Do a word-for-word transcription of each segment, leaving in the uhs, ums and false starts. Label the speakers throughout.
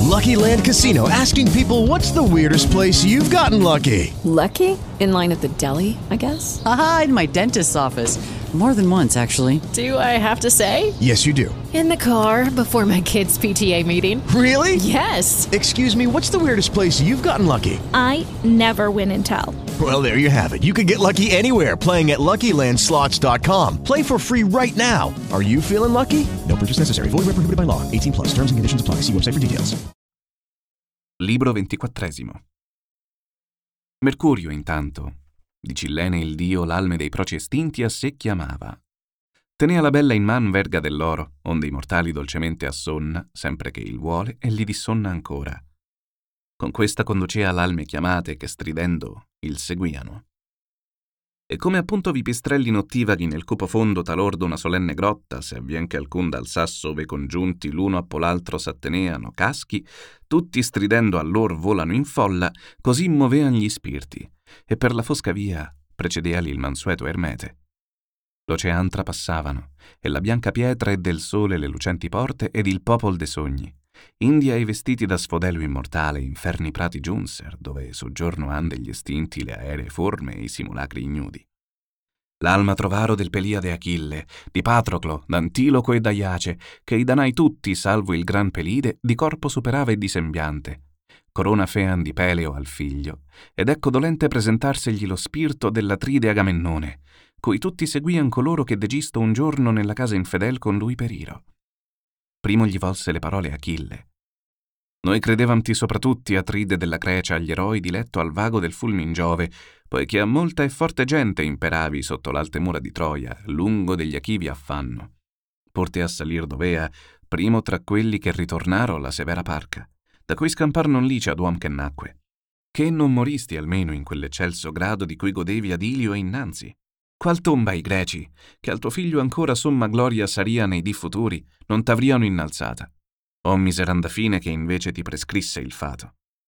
Speaker 1: Lucky Land Casino, asking people, what's the weirdest place you've gotten lucky?
Speaker 2: Lucky? In line at the deli, I guess?
Speaker 3: Aha, in my dentist's office. More than once, actually.
Speaker 2: Do I have to say?
Speaker 1: Yes, you do.
Speaker 2: In the car before my kids' P T A meeting.
Speaker 1: Really?
Speaker 2: Yes.
Speaker 1: Excuse me, what's the weirdest place you've gotten lucky?
Speaker 4: I never win and tell.
Speaker 1: Well, there you have it. You can get lucky anywhere, playing at Lucky Land Slots dot com. Play for free right now. Are you feeling lucky? No purchase necessary. Void where prohibited by law. eighteen plus. Terms and conditions apply. See website for details.
Speaker 5: Libro ventiquattresimo. Mercurio, intanto, di Cillene il dio l'alme dei proci estinti a sé chiamava. Tenea la bella in man verga dell'oro, onde i mortali dolcemente assonna, sempre che il vuole, e li dissonna ancora. Con questa conducea l'alme chiamate che stridendo il seguiano. E come appunto vi pistrelli nottivaghi nel cupo fondo talordo una solenne grotta, se avvien che alcun dal sasso ove congiunti l'uno appo l'altro s'atteneano caschi, tutti stridendo allor volano in folla, così movean gli spirti, e per la fosca via precedeali il mansueto Ermete. L'ocean trapassavano, e la bianca pietra e del sole le lucenti porte ed il popol de sogni. India e vestiti da sfodelo immortale inferni prati giunser, dove soggiorno han degli estinti le aeree forme e i simulacri ignudi. L'alma trovaro del Peliade Achille, di Patroclo, d'Antiloco e d'Aiace, che i danai tutti, salvo il gran Pelide, di corpo superava e di sembiante. Corona fean di Peleo al figlio, ed ecco dolente presentarsegli lo spirito dell'Atride Agamennone, cui tutti seguian coloro che degisto un giorno nella casa infedel con lui periro. Primo gli volse le parole Achille. Noi credevamti sopratutti, Atride della Grecia, agli eroi diletto al vago del fulmin Giove, poiché a molta e forte gente imperavi sotto l'alte mura di Troia, lungo degli Achivi affanno. Porte a salir dovea, primo tra quelli che ritornaro la severa parca, da cui scampar non licia ad uom che nacque. Che non moristi almeno in quell'eccelso grado di cui godevi ad Ilio e innanzi? Qual tomba i greci, che al tuo figlio ancora somma gloria saria nei dì futuri, non t'avriano innalzata? O miseranda fine che invece ti prescrisse il fato.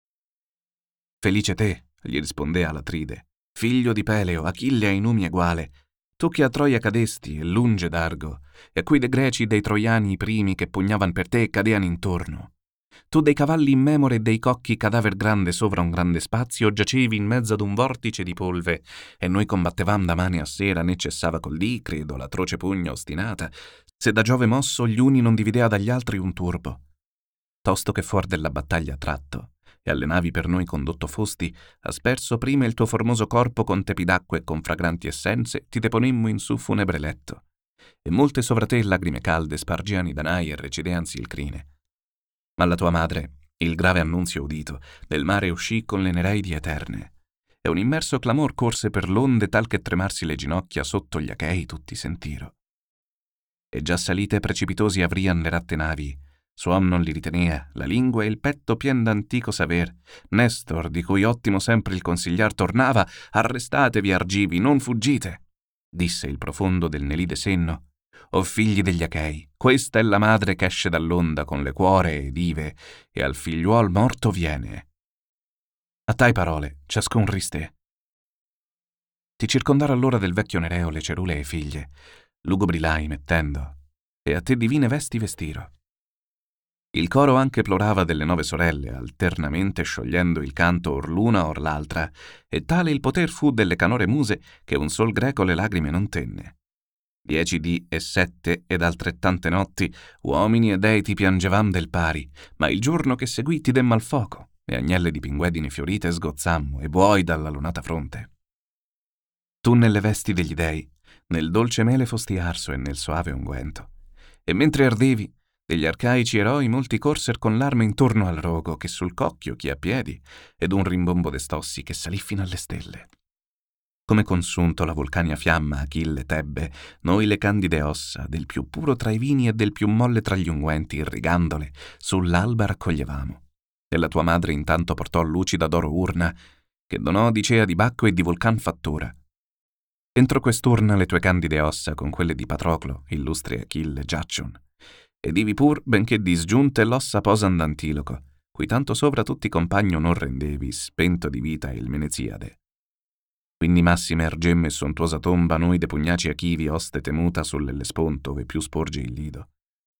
Speaker 5: Felice te, gli rispondea l'Atride, figlio di Peleo, Achille ai numi eguale, tu che a Troia cadesti e lunge d'Argo, e a cui de Greci e dei Troiani i primi che pugnavan per te cadean intorno. Tu dei cavalli in memore e dei cocchi cadaver grande sovra un grande spazio giacevi in mezzo ad un vortice di polve, e noi combattevam da mane a sera, né cessava col dì, credo, l'atroce pugna ostinata, se da Giove mosso gli uni non dividea dagli altri un turbo. Tosto che fuor della battaglia tratto, e alle navi per noi condotto fosti, asperso prima il tuo formoso corpo con tepi d'acque e con fragranti essenze, ti deponemmo in su funebre letto, e molte sovra te lagrime calde spargean i danai e recideansi il crine. Ma la tua madre, il grave annunzio udito, del mare uscì con le Nereidi eterne, e un immerso clamor corse per l'onde tal che tremarsi le ginocchia sotto gli Achei tutti sentiro. E già salite precipitosi avrian le ratte navi, suom non li ritenea, la lingua e il petto pien d'antico saver. Nestor, di cui ottimo sempre il consigliar tornava, arrestatevi argivi, non fuggite, disse il profondo del Nelide senno. O figli degli Achei, questa è la madre che esce dall'onda con le cuore ed ive, e al figliuol morto viene. A tai parole, ciascun riste. Ti circondaro allora del vecchio Nereo le cerule e figlie, lugubri lai mettendo, e a te divine vesti vestiro. Il coro anche plorava delle nove sorelle, alternamente sciogliendo il canto or l'una or l'altra, e tale il poter fu delle canore muse che un sol greco le lagrime non tenne. Dieci dì e sette ed altrettante notti, uomini e dei ti piangevam del pari, ma il giorno che seguì ti demmo al fuoco, e agnelle di pinguedine fiorite sgozzammo, e buoi dalla lunata fronte. Tu nelle vesti degli dei, nel dolce mele fosti arso e nel soave unguento, e mentre ardevi, degli arcaici eroi molti corser con l'arme intorno al rogo, che sul cocchio chi a piedi, ed un rimbombo de stossi che salì fino alle stelle. Come consunto la vulcania fiamma Achille tebbe, noi le candide ossa, del più puro tra i vini e del più molle tra gli unguenti, irrigandole, sull'alba raccoglievamo. E la tua madre intanto portò lucida d'oro urna, che donò dicea di Bacco e di Vulcan fattura. Entro quest'urna le tue candide ossa con quelle di Patroclo, illustre Achille, giaccion, ed ivi pur, benché disgiunte, l'ossa posan d'Antiloco, cui tanto sovra tutti compagno non rendevi, spento di vita il Meneziade. Quindi massima ergemme e sontuosa tomba noi de pugnaci Achivi oste temuta sull'Ellesponto ove più sporge il lido.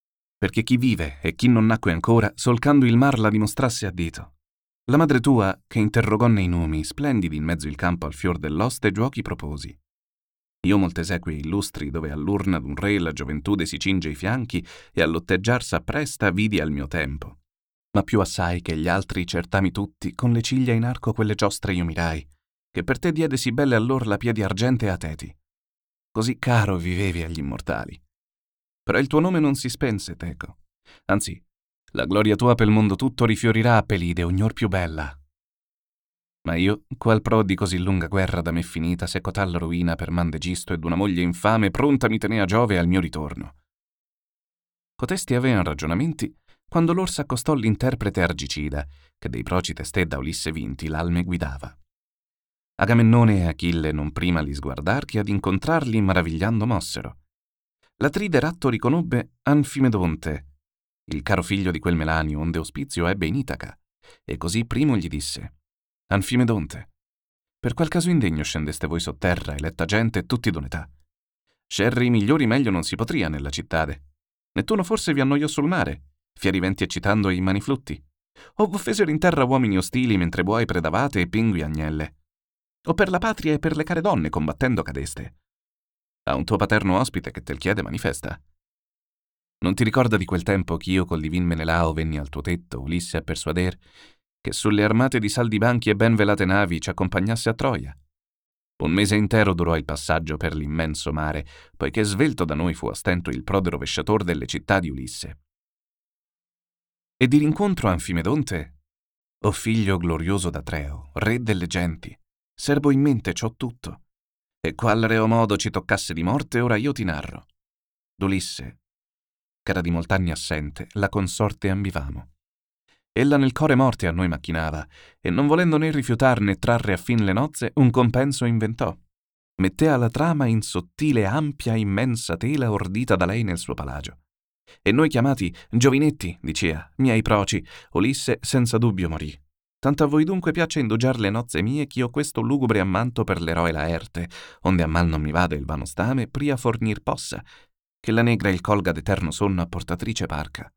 Speaker 5: perché chi vive e chi non nacque ancora, solcando il mar la dimostrasse a dito. La madre tua, che interrogò nei numi, splendidi in mezzo il campo al fior dell'oste, giochi proposi. Io molte esequie illustri, dove all'urna d'un re la gioventude si cinge i fianchi e all'otteggiar s'appresta, vidi al mio tempo. Ma più assai che gli altri certami tutti, con le ciglia in arco quelle giostre io mirai, che per te diede sì belle allor la piedi argente a Teti. Così caro vivevi agli immortali. Però il tuo nome non si spense, teco. Anzi, la gloria tua pel mondo tutto rifiorirà a Pelide, ognor più bella. Ma io, qual pro di così lunga guerra da me finita, se cotal ruina per man d'Egisto e d'una moglie infame, pronta mi tenea Giove al mio ritorno. Cotesti avean ragionamenti quando lor s'accostò l'interprete Argicida, che dei proci testé da Ulisse vinti l'alme guidava. Agamennone e Achille non prima li sguardar che ad incontrarli maravigliando mossero. L'Atride ratto riconobbe Anfimedonte, il caro figlio di quel Melanio onde ospizio ebbe in Itaca, e così primo gli disse: Anfimedonte, per qual caso indegno scendeste voi sotterra, eletta gente e tutti d'unetà? Scerri migliori meglio non si potria nella cittade. Nettuno forse vi annoiò sul mare, fieri venti eccitando i mani flutti? O v'offesero in terra uomini ostili mentre buoi predavate e pingui agnelle? O per la patria e per le care donne combattendo cadeste? A un tuo paterno ospite che te l chiede manifesta. Non ti ricorda di quel tempo ch'io col divin Menelao venni al tuo tetto, Ulisse, a persuader che sulle armate di saldi banchi e ben velate navi ci accompagnasse a Troia? Un mese intero durò il passaggio per l'immenso mare, poiché svelto da noi fu a stento il prodero vesciator delle città di Ulisse. E di rincontro a Anfimedonte, o figlio glorioso d'Atreo, re delle genti, serbo in mente c'ho tutto, e qual reo modo ci toccasse di morte ora io ti narro. D'Ulisse, ch'era di molt'anni assente, la consorte ambivamo. Ella nel core morte a noi macchinava, e non volendo né rifiutar né trarre a fin le nozze, un compenso inventò. Mettea la trama in sottile, ampia, immensa tela ordita da lei nel suo palagio. E noi chiamati giovinetti, dicea, miei proci, Ulisse senza dubbio morì. Tanto a voi dunque piace indugiar le nozze mie ch'io questo lugubre ammanto per l'eroe Laerte, onde a mal non mi vada il vano stame, pria fornir possa, che la negra il colga d'eterno sonno a portatrice parca.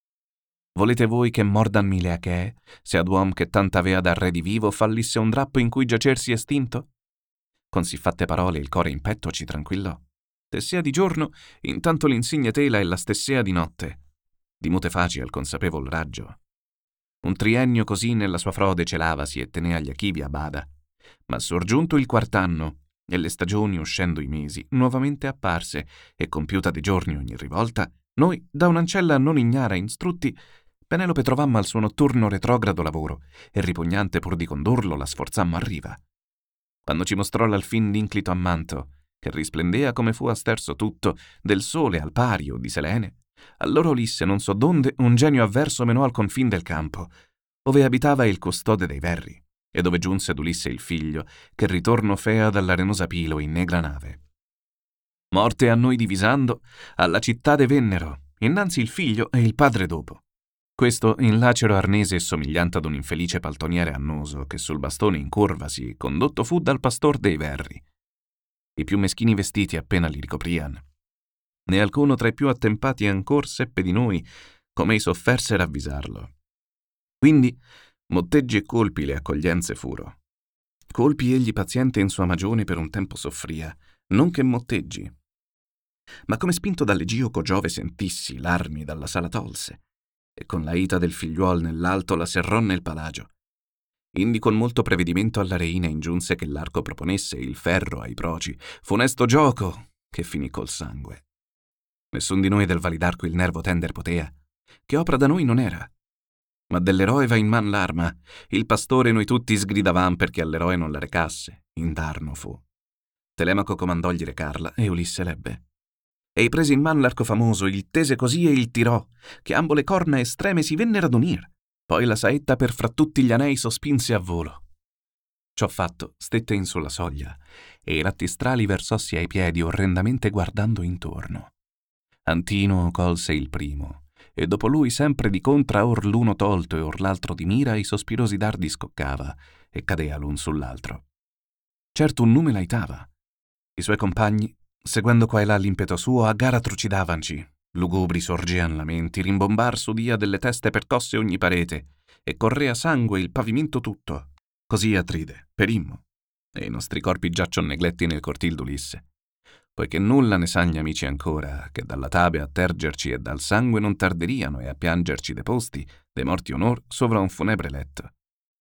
Speaker 5: Volete voi che mordanmi le Achee, se ad uom che tant'avea da re di vivo fallisse un drappo in cui giacersi estinto? Con siffatte parole il core in petto ci tranquillò. Tessea di giorno, intanto l'insigne tela e la stessea di notte. Di mute faci al consapevol raggio. Un triennio così nella sua frode celavasi e tenea gli Achivi a bada. Ma sorgiunto il quart'anno, e le stagioni uscendo i mesi, nuovamente apparse, e compiuta dei giorni ogni rivolta, noi, da un'ancella non ignara instrutti, Penelope trovammo al suo notturno retrogrado lavoro, e ripugnante pur di condurlo la sforzammo a riva. Quando ci mostrò l'alfin d'inclito ammanto, che risplendea come fu a sterzo tutto, del sole al pari o di Selene, allora Ulisse non so donde un genio avverso menò al confin del campo, ove abitava il custode dei verri, e dove giunse ad Ulisse il figlio, che ritorno fea dall'arenosa Pilo in negra nave. Morte a noi divisando, alla cittade vennero, innanzi il figlio e il padre dopo. Questo in lacero arnese e somigliante ad un infelice paltoniere annoso che sul bastone incurvasi condotto fu dal pastor dei verri. I più meschini vestiti appena li ricoprian. Né alcuno tra i più attempati ancor seppe di noi come i sofferse ravvisarlo. Quindi motteggi e colpi le accoglienze furo. Colpi egli paziente in sua magione per un tempo soffria, non che motteggi. Ma come spinto dall'egioco Giove sentissi l'armi dalla sala tolse, e con la ita del figliuol nell'alto la serrò nel palagio. Indi con molto prevedimento alla reina ingiunse che l'arco proponesse il ferro ai proci, funesto gioco che finì col sangue. Nessun di noi del validarco il nervo tender potea, che opra da noi non era. Ma dell'eroe va in man l'arma, il pastore noi tutti sgridavam perché all'eroe non la recasse, indarno fu. Telemaco comandògli recarla e Ulisse l'ebbe. Ei prese in man l'arco famoso, il tese così e il tirò, che ambo le corna estreme si vennero ad unir. Poi la saetta per fra tutti gli anei sospinse a volo. Ciò fatto, stette in sulla soglia, e i rattistrali versossi ai piedi orrendamente guardando intorno. Antino colse il primo, e dopo lui sempre di contra or l'uno tolto e or l'altro di mira i sospirosi dardi scoccava, e cadea l'un sull'altro. Certo un nume l'aitava. I suoi compagni, seguendo qua e là l'impeto suo, a gara trucidavanci, lugubri sorgean lamenti, rimbombar s'udia delle teste percosse ogni parete, e correa sangue il pavimento tutto. Così Atride, perimmo, e i nostri corpi giaccion negletti nel cortil d'Ulisse, poiché nulla ne sagni amici ancora, che dalla tabe a tergerci e dal sangue non tarderiano e a piangerci deposti, de morti onor, sovra un funebre letto.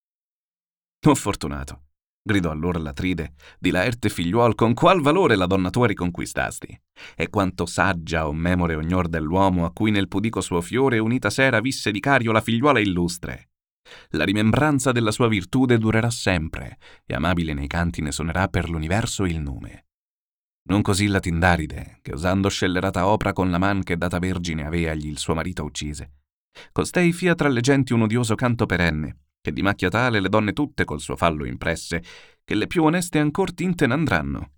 Speaker 5: «Oh fortunato!» gridò allora l'Atride, «di Laerte figliuol, con qual valore la donna tua riconquistasti? E quanto saggia o memore ognor dell'uomo a cui nel pudico suo fiore unita sera visse di Cario la figliuola illustre! La rimembranza della sua virtude durerà sempre, e amabile nei canti ne suonerà per l'universo il nome. Non così la Tindaride, che usando scellerata opra con la man che data vergine aveagli il suo marito uccise. Costei fia tra le genti un odioso canto perenne, che di macchia tale le donne tutte col suo fallo impresse, che le più oneste ancor tinte n'andranno.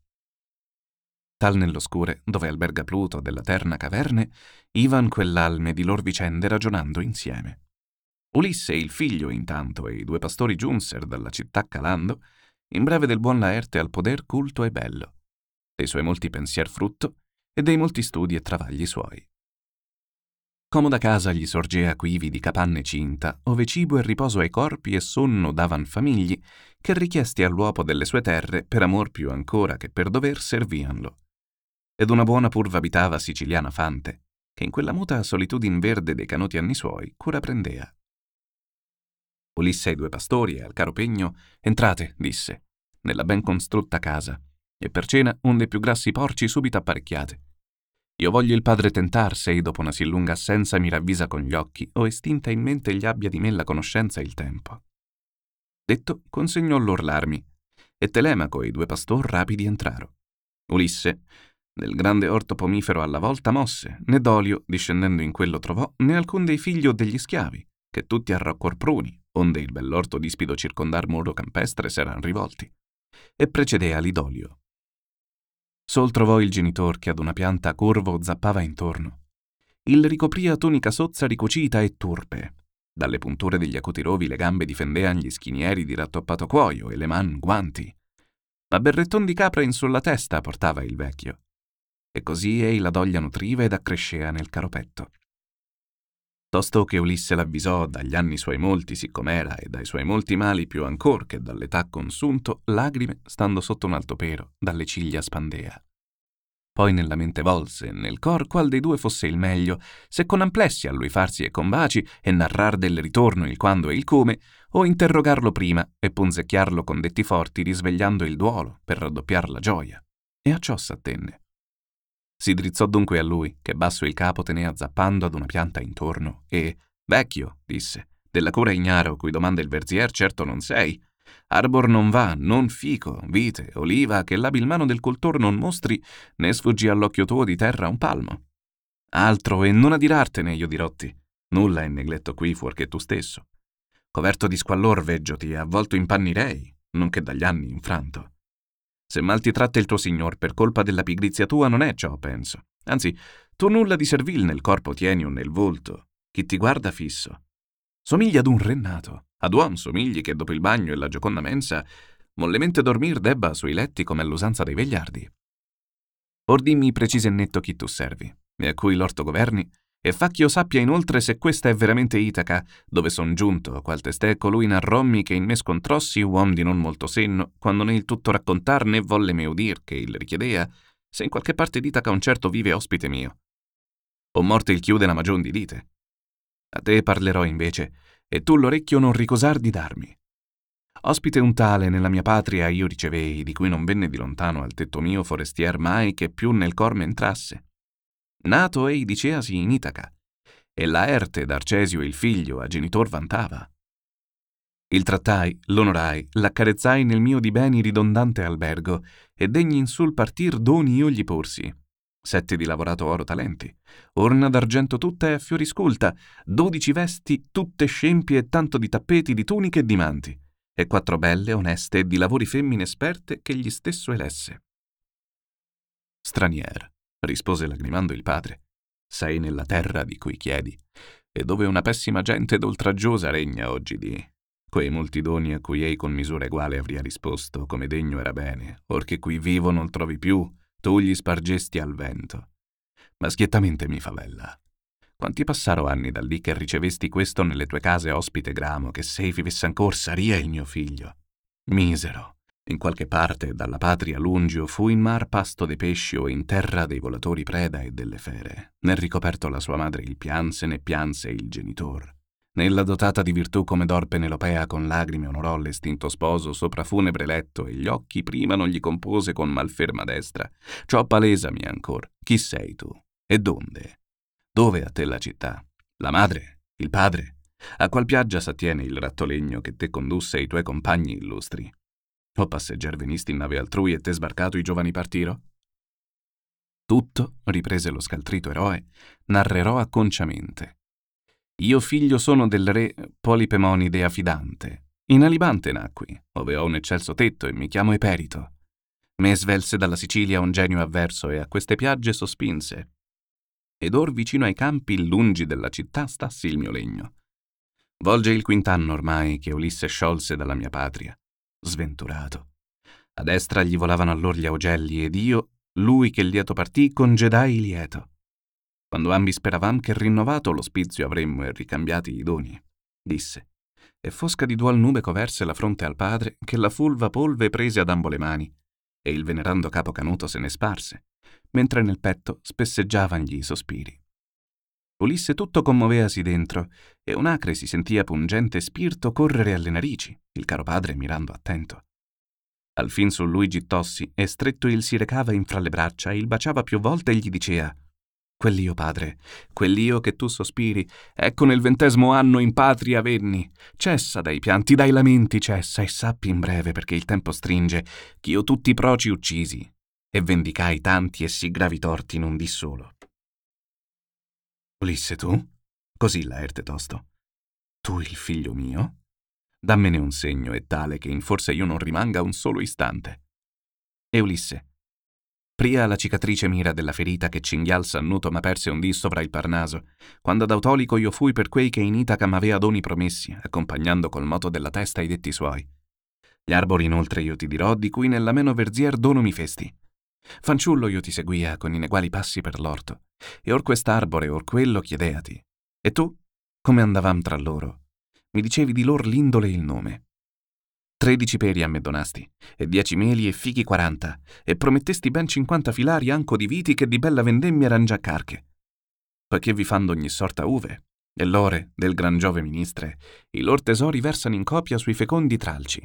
Speaker 5: Tal nell'oscure, dove alberga Pluto della terna caverne, ivan quell'alme di lor vicende ragionando insieme. Ulisse e il figlio intanto e i due pastori giunser dalla città calando, in breve del buon Laerte al poder culto e bello, dei suoi molti pensier frutto e dei molti studi e travagli suoi. Comoda casa gli sorgea quivi di capanne cinta, ove cibo e riposo ai corpi e sonno davan famigli, che richiesti all'uopo delle sue terre, per amor più ancora che per dover servianlo. Ed una buona pur v'abitava siciliana fante, che in quella muta solitudin verde dei canoti anni suoi cura prendea. Ulisse ai due pastori e al caro pegno: «Entrate», disse, «nella ben construtta casa, e per cena un dei più grassi porci subito apparecchiate. Io voglio il padre tentar, se dopo una sì lunga assenza mi ravvisa con gli occhi, o estinta in mente gli abbia di me la conoscenza e il tempo». Detto, consegnò lor l'armi, e Telemaco e i due pastor rapidi entraro. Ulisse, nel grande orto pomifero alla volta mosse, né Dolio, discendendo in quello trovò, né alcun dei figli o degli schiavi, che tutti a raccor pruni, onde il bell'orto dispido circondar muro campestre s'eran rivolti, e precedea Lidolio. Sol trovò il genitor che ad una pianta curvo zappava intorno. Il ricopria tunica sozza ricucita e turpe. Dalle punture degli acuti rovi le gambe difendean gli schinieri di rattoppato cuoio e le man guanti. Ma berretton di capra in sulla testa portava il vecchio. E così ei la doglia nutriva ed accrescea nel caro petto. Tosto che Ulisse l'avvisò dagli anni suoi molti siccom'era e dai suoi molti mali più ancor che dall'età consunto, lagrime, stando sotto un alto pero, dalle ciglia spandea. Poi nella mente volse, nel cor, qual dei due fosse il meglio, se con amplessi a lui farsi e combaci e narrar del ritorno il quando e il come, o interrogarlo prima e punzecchiarlo con detti forti risvegliando il duolo per raddoppiar la gioia. E a ciò s'attenne. Si drizzò dunque a lui, che basso il capo tenea zappando ad una pianta intorno, e «Vecchio», disse, «della cura ignaro, cui domanda il verzier, certo non sei. Arbor non va, non fico, vite, oliva, che l'abil mano del coltor non mostri, né sfuggi all'occhio tuo di terra un palmo. Altro, e non adirartene, io dirotti. Nulla è negletto qui fuorché tu stesso. Coverto di squallor veggioti e avvolto in panni rei, nonché dagli anni infranto. Se mal ti tratta il tuo signor per colpa della pigrizia tua non è ciò, penso. Anzi, tu nulla di servil nel corpo tieni o nel volto. Chi ti guarda fisso somiglia ad un re nato, ad uom somigli che dopo il bagno e la gioconda mensa mollemente dormir debba sui letti come all'usanza dei vegliardi. Or dimmi preciso e netto chi tu servi, e a cui l'orto governi, e fa ch'io sappia inoltre se questa è veramente Itaca, dove son giunto, qual testè colui narrommi che in me scontrossi, uom di non molto senno, quando né il tutto raccontar né volle me udir che il richiedea, se in qualche parte d'Itaca un certo vive ospite mio. O morte il chiude la magion di dite. A te parlerò invece, e tu l'orecchio non ricosar di darmi. Ospite un tale nella mia patria io ricevei, di cui non venne di lontano al tetto mio forestier mai che più nel cor m'entrasse. Nato ei diceasi in Itaca, e Laerte d'Arcesio il figlio a genitor vantava. Il trattai, l'onorai, l'accarezzai nel mio di beni ridondante albergo, e degni in sul partir doni io gli porsi. Sette di lavorato oro talenti, orna d'argento tutta e a fiori sculta, dodici vesti tutte scempie e tanto di tappeti, di tuniche e di manti, e quattro belle, oneste e di lavori femmine esperte che gli stesso elesse. Stranier, rispose lagrimando il padre, sei nella terra di cui chiedi, e dove una pessima gente ed oltraggiosa regna oggi di quei molti doni a cui ei con misura eguale avria risposto, come degno era bene, or che qui vivo non trovi più, tu gli spargesti al vento. ma schiettamente mi favella. Quanti passaro anni dal dì che ricevesti questo nelle tue case ospite gramo, che se vivesse ancor saria il mio figlio. Misero, in qualche parte dalla patria lungio fu in mar pasto dei pesci o in terra dei volatori preda e delle fere. Nel ricoperto la sua madre il pianse, ne pianse il genitor. Nella dotata di virtù come d'or Penelopea con lagrime onorò l'estinto sposo sopra funebre letto e gli occhi prima non gli compose con malferma destra. Ciò palesami ancor, chi sei tu? E donde? Dove a te la città? La madre? Il padre? A qual piaggia s'attiene il rattolegno che te condusse ai tuoi compagni illustri? O passeggiar venisti in nave altrui e te sbarcato i giovani partiro? Tutto, riprese lo scaltrito eroe, narrerò acconciamente. Io figlio sono del re Polipemonide Affidante. In Alibante nacqui, ove ho un eccelso tetto e mi chiamo Eperito. Me svelse dalla Sicilia un genio avverso e a queste piagge sospinse. Ed or vicino ai campi, lungi della città, stassi il mio legno. Volge il quint'anno ormai che Ulisse sciolse dalla mia patria. Sventurato. A destra gli volavano allor gli augelli ed io, lui che lieto partì, congedai lieto. Quando ambi speravam che rinnovato l'ospizio avremmo e ricambiati i doni, disse, e fosca di dual nube coverse la fronte al padre, che la fulva polve prese ad ambo le mani, e il venerando capo canuto se ne sparse, mentre nel petto spesseggiavangli i sospiri. Ulisse tutto commoveasi dentro, e un'acre si sentia pungente spirito correre alle narici, il caro padre mirando attento. Al fin su lui gittossi, e stretto il si recava in fra le braccia, e il baciava più volte e gli dicea, quell'io, padre, quell'io che tu sospiri, ecco nel ventesimo anno in patria venni. Cessa dai pianti, dai lamenti, cessa, e sappi in breve, perché il tempo stringe, ch'io tutti i proci uccisi, e vendicai tanti e sì gravi torti in un dì solo. Ulisse tu? Così Laerte tosto. Tu il figlio mio? Dammene un segno e tale che in forse io non rimanga un solo istante. E Ulisse, pria la cicatrice mira della ferita che cinghial sannuto m'aperse un dì sovra il Parnaso, quando ad Autolico io fui per quei che in Itaca m'avea doni promessi, accompagnando col moto della testa i detti suoi. Gli arbori inoltre io ti dirò, di cui nella meno verzier dono mi festi. Fanciullo io ti seguia con ineguali passi per l'orto, e or quest'arbore or quello chiedeati. E tu, come andavam tra loro? Mi dicevi di lor l'indole e il nome. Tredici peri a me donasti, e dieci meli e fichi quaranta, e promettesti ben cinquanta filari anco di viti che di bella vendemmia eran già carche. Poiché vi fan d'ogni sorta uve, e l'ore del gran Giove ministre, i lor tesori versano in copia sui fecondi tralci.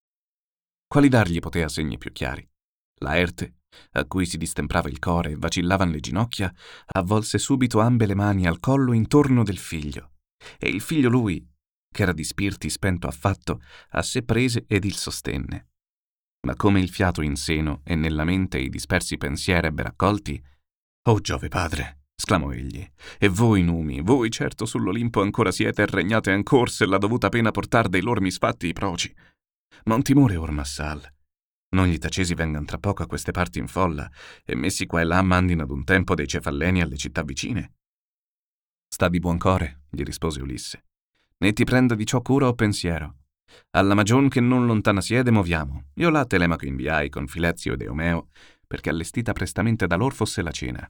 Speaker 5: Quali dargli potea segni più chiari? Laerte, a cui si distemprava il core e vacillavan le ginocchia, avvolse subito ambe le mani al collo intorno del figlio, e il figlio lui, ch'era di spirti spento affatto, a sé prese ed il sostenne. Ma come il fiato in seno e nella mente i dispersi pensieri ebbe raccolti, «O Giove padre!» sclamò egli, «e voi numi, voi certo sull'Olimpo ancora siete e regnate ancor se la dovuta pena portar dei lor misfatti i proci. Ma un timore or m'assal. Non gli tacesi vengan tra poco a queste parti in folla, e messi qua e là mandino ad un tempo dei cefalleni alle città vicine». «Sta di buon core», gli rispose Ulisse, «né ti prenda di ciò cura o pensiero. Alla magion che non lontana siede moviamo. Io là Telemaco inviai con Filezio ed Eumeo, perché allestita prestamente da lor fosse la cena.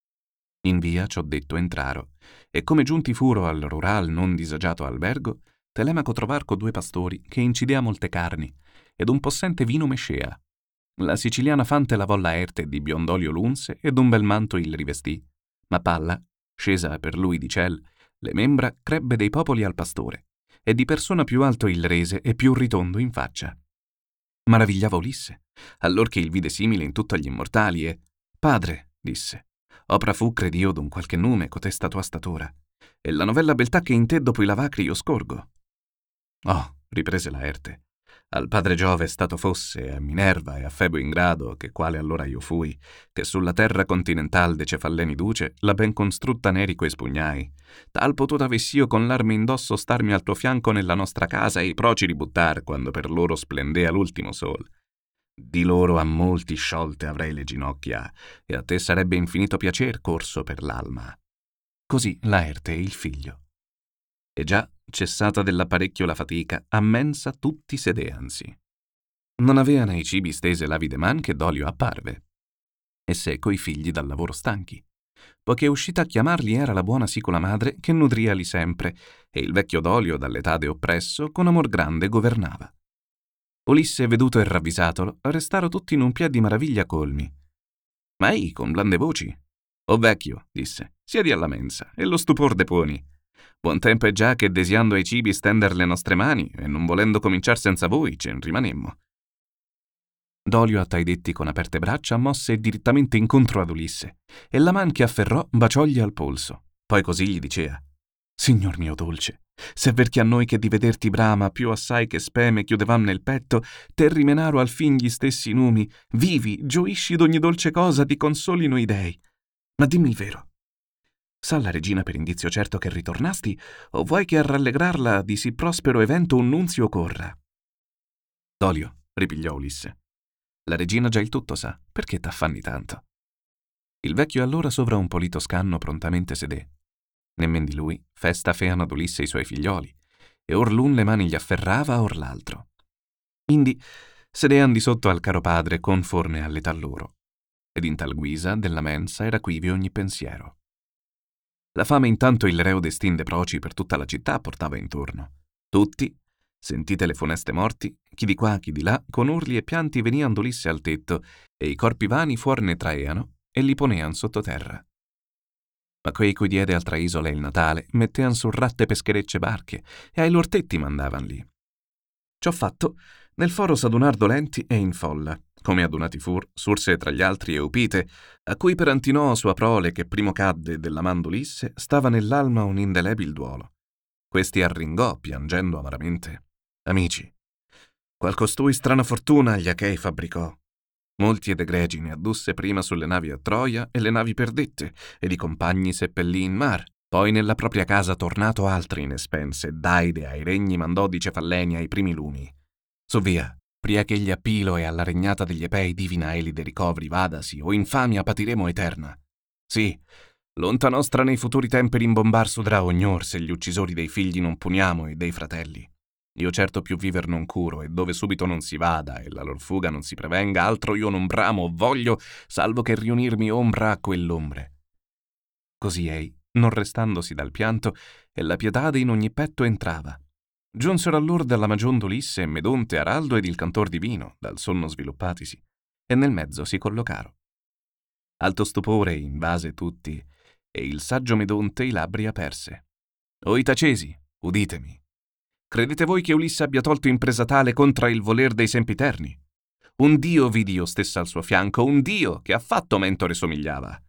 Speaker 5: In via, ciò detto, entraro, e come giunti furo al rural non disagiato albergo, Telemaco trovarco due pastori che incidea molte carni, ed un possente vino mescea. La siciliana fante lavò Laerte di biondolio l'unse ed un bel manto il rivestì, ma Palla, scesa per lui di ciel, le membra crebbe dei popoli al pastore, e di persona più alto il rese e più ritondo in faccia. Maravigliava Ulisse, allor che il vide simile in tutto agli immortali, e «Padre», disse, «opra fu, cred'io, d'un qualche nume cotesta tua statura, e la novella beltà che in te dopo i lavacri io scorgo». «Oh», riprese Laerte, «al padre Giove stato fosse, a Minerva e a Febo ingrado, che quale allora io fui, che sulla terra continental de cefalleni duce, la ben construtta Nerico espugnai. Tal potuto avess'io con l'arme indosso starmi al tuo fianco nella nostra casa e i proci ributtar, quando per loro splendea l'ultimo sol. Di loro a molti sciolte avrei le ginocchia, e a te sarebbe infinito piacer corso per l'alma». Così Laerte e il figlio. E già, cessata dell'apparecchio la fatica, a mensa tutti sedeansi. Non avean ai cibi stese l'avide man che d'olio apparve. E seco i figli dal lavoro stanchi. poiché uscita a chiamarli era la buona sicula madre che nudriali sempre, e il vecchio Dolio, dall'etade oppresso, con amor grande governava. Ulisse, veduto e ravvisatolo, restarono tutti in un piè di maraviglia colmi. Ma ei, con blande voci: «O vecchio», disse, «siedi alla mensa, e lo stupor deponi. Buon tempo è già che, desiando ai cibi stender le nostre mani, e non volendo cominciar senza voi, ce ne rimanemmo». Dolio, a tai detti con aperte braccia, mosse direttamente incontro ad Ulisse, e la man che afferrò baciogli al polso. Poi così gli dicea: «Signor mio dolce, se ver che a noi che di vederti brama più assai che speme chiudevam nel petto, te rimenaro al fin gli stessi numi, vivi, gioisci d'ogni dolce cosa, ti consolino i dei. Ma dimmi il vero. Sa la regina per indizio certo che ritornasti, o vuoi che a rallegrarla di sì prospero evento un nunzio corra?» «Dolio», ripigliò Ulisse, «la regina già il tutto sa, perché t'affanni tanto?» Il vecchio allora sovra un polito scanno prontamente sedé. Nemmen di lui festa feano ad Ulisse i suoi figlioli, e or l'un le mani gli afferrava, or l'altro. Indi sedean di sotto al caro padre conforme all'età loro, ed in tal guisa della mensa era quivi ogni pensiero. La fame intanto il reo destin de proci per tutta la città portava intorno. Tutti, sentite le funeste morti, chi di qua chi di là, con urli e pianti venian d'Ulisse al tetto, e i corpi vani fuor ne traeano e li ponean sottoterra. Ma quei cui diede altra isola il Natale mettean su ratte pescherecce barche, e ai lor tetti mandavan lì. Ciò fatto, nel foro s'adunar dolenti e in folla, come adunati fur, surse tra gli altri Eupite, a cui per Antinoo sua prole, che primo cadde della man d'Ulisse, stava nell'alma un indelebil duolo. Questi arringò, piangendo amaramente: «Amici, qual costui strana fortuna gli Achei fabbricò. Molti ed egregi ne addusse prima sulle navi a Troia, e le navi perdette, ed i compagni seppellì in mar. Poi nella propria casa tornato altri ne spense, Daide ai regni mandò di Cefallenia ai primi luni. Su via, pria che egli a Pilo e alla regnata degli Epei divina Elide ricovri, vadasi, o infamia patiremo eterna. Sì, lonta nostra nei futuri tempi rimbombar sudrà ognor, se gli uccisori dei figli non puniamo e dei fratelli. Io certo più viver non curo, e dove subito non si vada, e la lor fuga non si prevenga, altro io non bramo o voglio, salvo che riunirmi ombra a quell'ombre». Così ei, non restandosi dal pianto, e la pietade in ogni petto entrava. Giunsero allor dalla magion d'Ulisse Medonte, Araldo ed il cantor divino, dal sonno sviluppatisi, e nel mezzo si collocaro. Alto stupore invase tutti, e il saggio Medonte i labbri aperse. «O Itacesi, uditemi. Credete voi che Ulisse abbia tolto impresa tale contra il voler dei sempiterni? Un dio vidi io stessa al suo fianco, un dio che affatto mentore somigliava.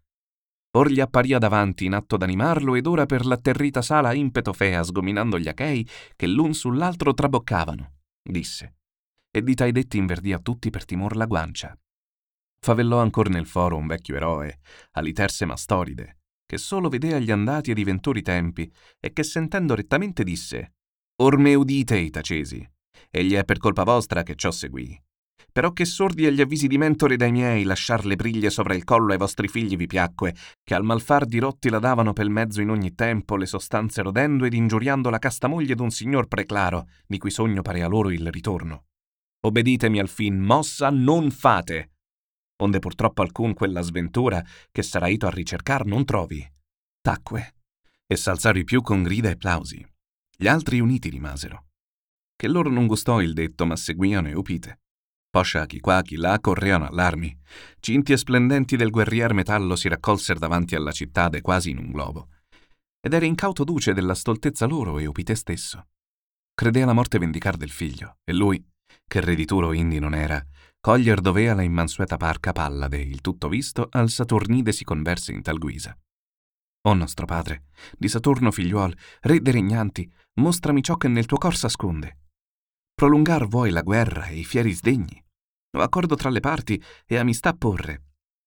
Speaker 5: Or gli apparia davanti in atto d'animarlo, ed ora per l'atterrita sala impeto fea, sgominando gli Achei, che l'un sull'altro traboccavano», disse, e di tai detti inverdì a tutti per timor la guancia. Favellò ancor nel foro un vecchio eroe, Aliterse Mastoride, che solo vedea gli andati ed i ventori tempi, e che sentendo rettamente disse: «Or me udite, Itacesi, egli è per colpa vostra che ciò seguì. Però che sordi agli avvisi di mentore dai miei, lasciar le briglie sopra il collo ai vostri figli vi piacque, che al malfar dirotti la davano pel mezzo in ogni tempo, le sostanze rodendo ed ingiuriando la casta moglie d'un signor preclaro, di cui sogno parea loro il ritorno. Obbeditemi al fin, mossa non fate, onde purtroppo alcun quella sventura che sarà ito a ricercar non trovi». Tacque, e s'alzaro i più con grida e plausi. Gli altri uniti rimasero. Che loro non gustò il detto, ma seguiano Eupite. Poscia chi qua chi là correano all'armi. Cinti e splendenti del guerrier metallo si raccolser davanti alla cittade quasi in un globo. Ed era incauto duce della stoltezza loro Eupite stesso. Credea la morte vendicar del figlio, e lui, che redituro indi non era, coglier dovea la immansueta parca Pallade, il tutto visto, al Saturnide si converse in tal guisa: «O nostro padre, di Saturno figliuol, re dei regnanti, mostrami ciò che nel tuo cor s'asconde. Prolungar vuoi la guerra e i fieri sdegni, o accordo tra le parti e amistà porre?»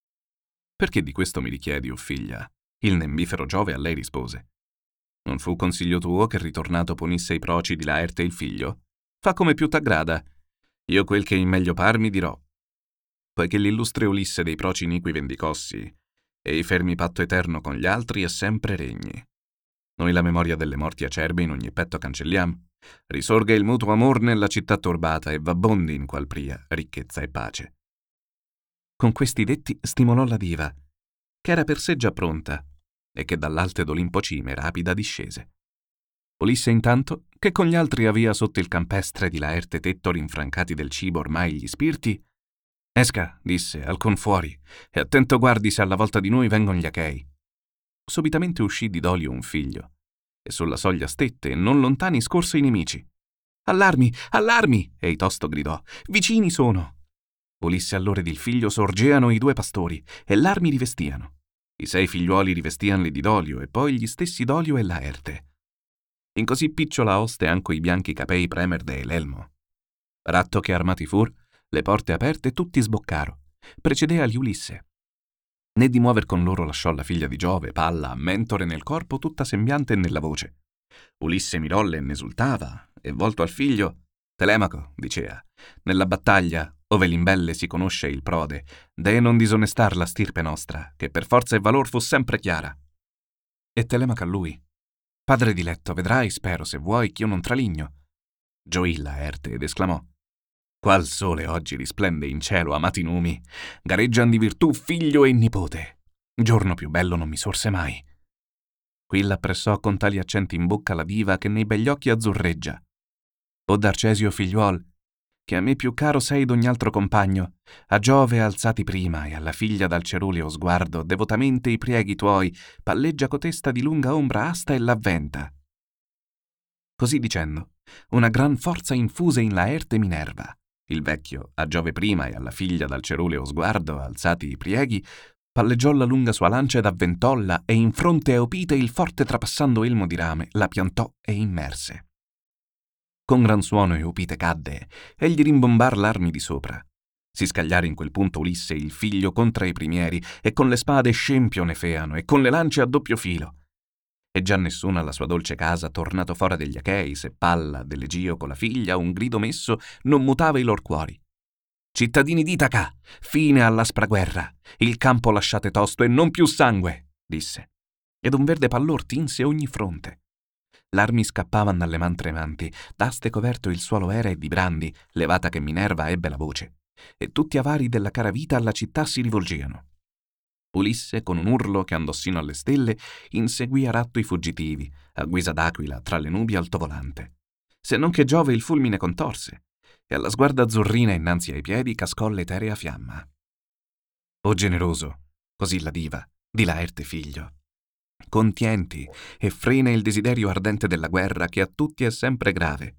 Speaker 5: «Perché di questo mi richiedi, o figlia?» Il nembifero Giove a lei rispose: «Non fu consiglio tuo che ritornato ponisse i proci di Laerte il figlio? Fa come più t'aggrada. Io quel che in meglio par mi dirò. Poiché l'illustre Ulisse dei proci iniqui vendicossi, e i fermi patto eterno con gli altri, e sempre regni. Noi la memoria delle morti acerbe in ogni petto cancelliam. Risorga il mutuo amor nella città turbata, e v'abbondi in qual pria ricchezza e pace». Con questi detti stimolò la diva, che era per sé già pronta e che dall'alte d'Olimpo Cime rapida discese. Ulisse intanto, che con gli altri avvia sotto il campestre di Laerte tetto rinfrancati del cibo ormai gli spiriti, «Esca», disse, «alcun fuori, e attento guardi se alla volta di noi vengon gli Achei». Subitamente uscì di Dolio un figlio, e sulla soglia stette e non lontani scorse i nemici. «Allarmi, allarmi!» ei tosto gridò, «vicini sono!» Ulisse allora ed il figlio sorgeano i due pastori, e l'armi rivestiano. I sei figliuoli rivestian le di Dolio, e poi gli stessi Dolio e Laerte. In così picciola oste anco i bianchi capei premerde e l'elmo. Ratto che armati fur, le porte aperte tutti sboccaro, precedeali Ulisse. Né di muover con loro lasciò la figlia di Giove, palla, mentore nel corpo, tutta sembiante e nella voce. Ulisse mirolle e n'esultava, e volto al figlio, «Telemaco», dicea, «nella battaglia, ove l'imbelle si conosce il prode, dee non disonestar la stirpe nostra, che per forza e valor fu sempre chiara». E Telemaco a lui, «Padre diletto, vedrai, spero, se vuoi, ch'io non traligno». Gioì Laerte ed esclamò, «Qual sole oggi risplende in cielo, amati numi, gareggian di virtù figlio e nipote. Giorno più bello non mi sorse mai». Qui l'appressò con tali accenti in bocca la diva che nei begli occhi azzurreggia. «O d'Arcesio figliuol, che a me più caro sei d'ogni altro compagno, a Giove alzati prima e alla figlia dal ceruleo sguardo, devotamente i prieghi tuoi, palleggia cotesta di lunga ombra asta e l'avventa». Così dicendo, una gran forza infuse in Laerte Minerva. Il vecchio, a Giove prima e alla figlia dal ceruleo sguardo, alzati i prieghi, palleggiò la lunga sua lancia ed avventolla, e in fronte a Opite il forte trapassando elmo di rame la piantò e immerse. Con gran suono Eupite cadde, e gli rimbombar l'armi di sopra. Si scagliare in quel punto Ulisse e il figlio contra i primieri, e con le spade scempio ne feano, e con le lance a doppio filo. E già nessuno alla sua dolce casa, tornato fora degli Achei, se Palla dell'Egio con la figlia, un grido messo, non mutava i lor cuori. «Cittadini d'Itaca, fine all'aspra guerra, il campo lasciate tosto e non più sangue», disse. Ed un verde pallor tinse ogni fronte. L'armi scappavan dalle man tremanti, d'aste coverto il suolo era e di brandi, levata che Minerva ebbe la voce, e tutti avari della cara vita alla città si rivolgeano. Ulisse, con un urlo che andò sino alle stelle, inseguì a ratto i fuggitivi, a guisa d'aquila tra le nubi altovolante. Se non che Giove il fulmine contorse, e alla sguarda azzurrina innanzi ai piedi cascò l'eterea fiamma. «O generoso», così la diva, di Laerte figlio, «contienti e frena il desiderio ardente della guerra che a tutti è sempre grave.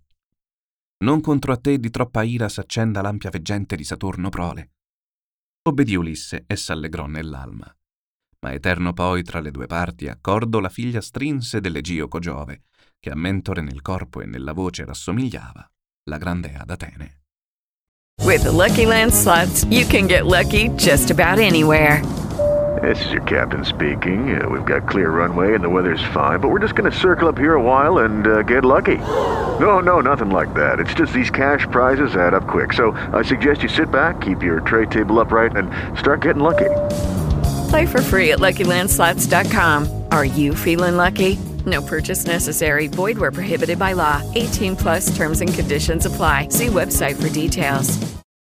Speaker 5: Non contro a te di troppa ira s'accenda l'ampia veggente di Saturno prole». Obbedì Ulisse e s'allegrò nell'alma. Ma eterno poi tra le due parti accordo la figlia strinse dell'Egioco Giove, che a mentore nel corpo e nella voce rassomigliava la grande ad Atene.
Speaker 6: With the Lucky Land Slots, you can get lucky just about anywhere.
Speaker 7: This is your captain speaking. Uh, we've got clear runway and the weather's fine, but we're just going to circle up here a while and uh, get lucky. No, no, nothing like that. It's just these cash prizes add up quick. So I suggest you sit back, keep your tray table upright, and start getting lucky.
Speaker 6: Play for free at Lucky Land Slots dot com. Are you feeling lucky? No purchase necessary. Void where prohibited by law. eighteen plus terms and conditions apply. See website for details.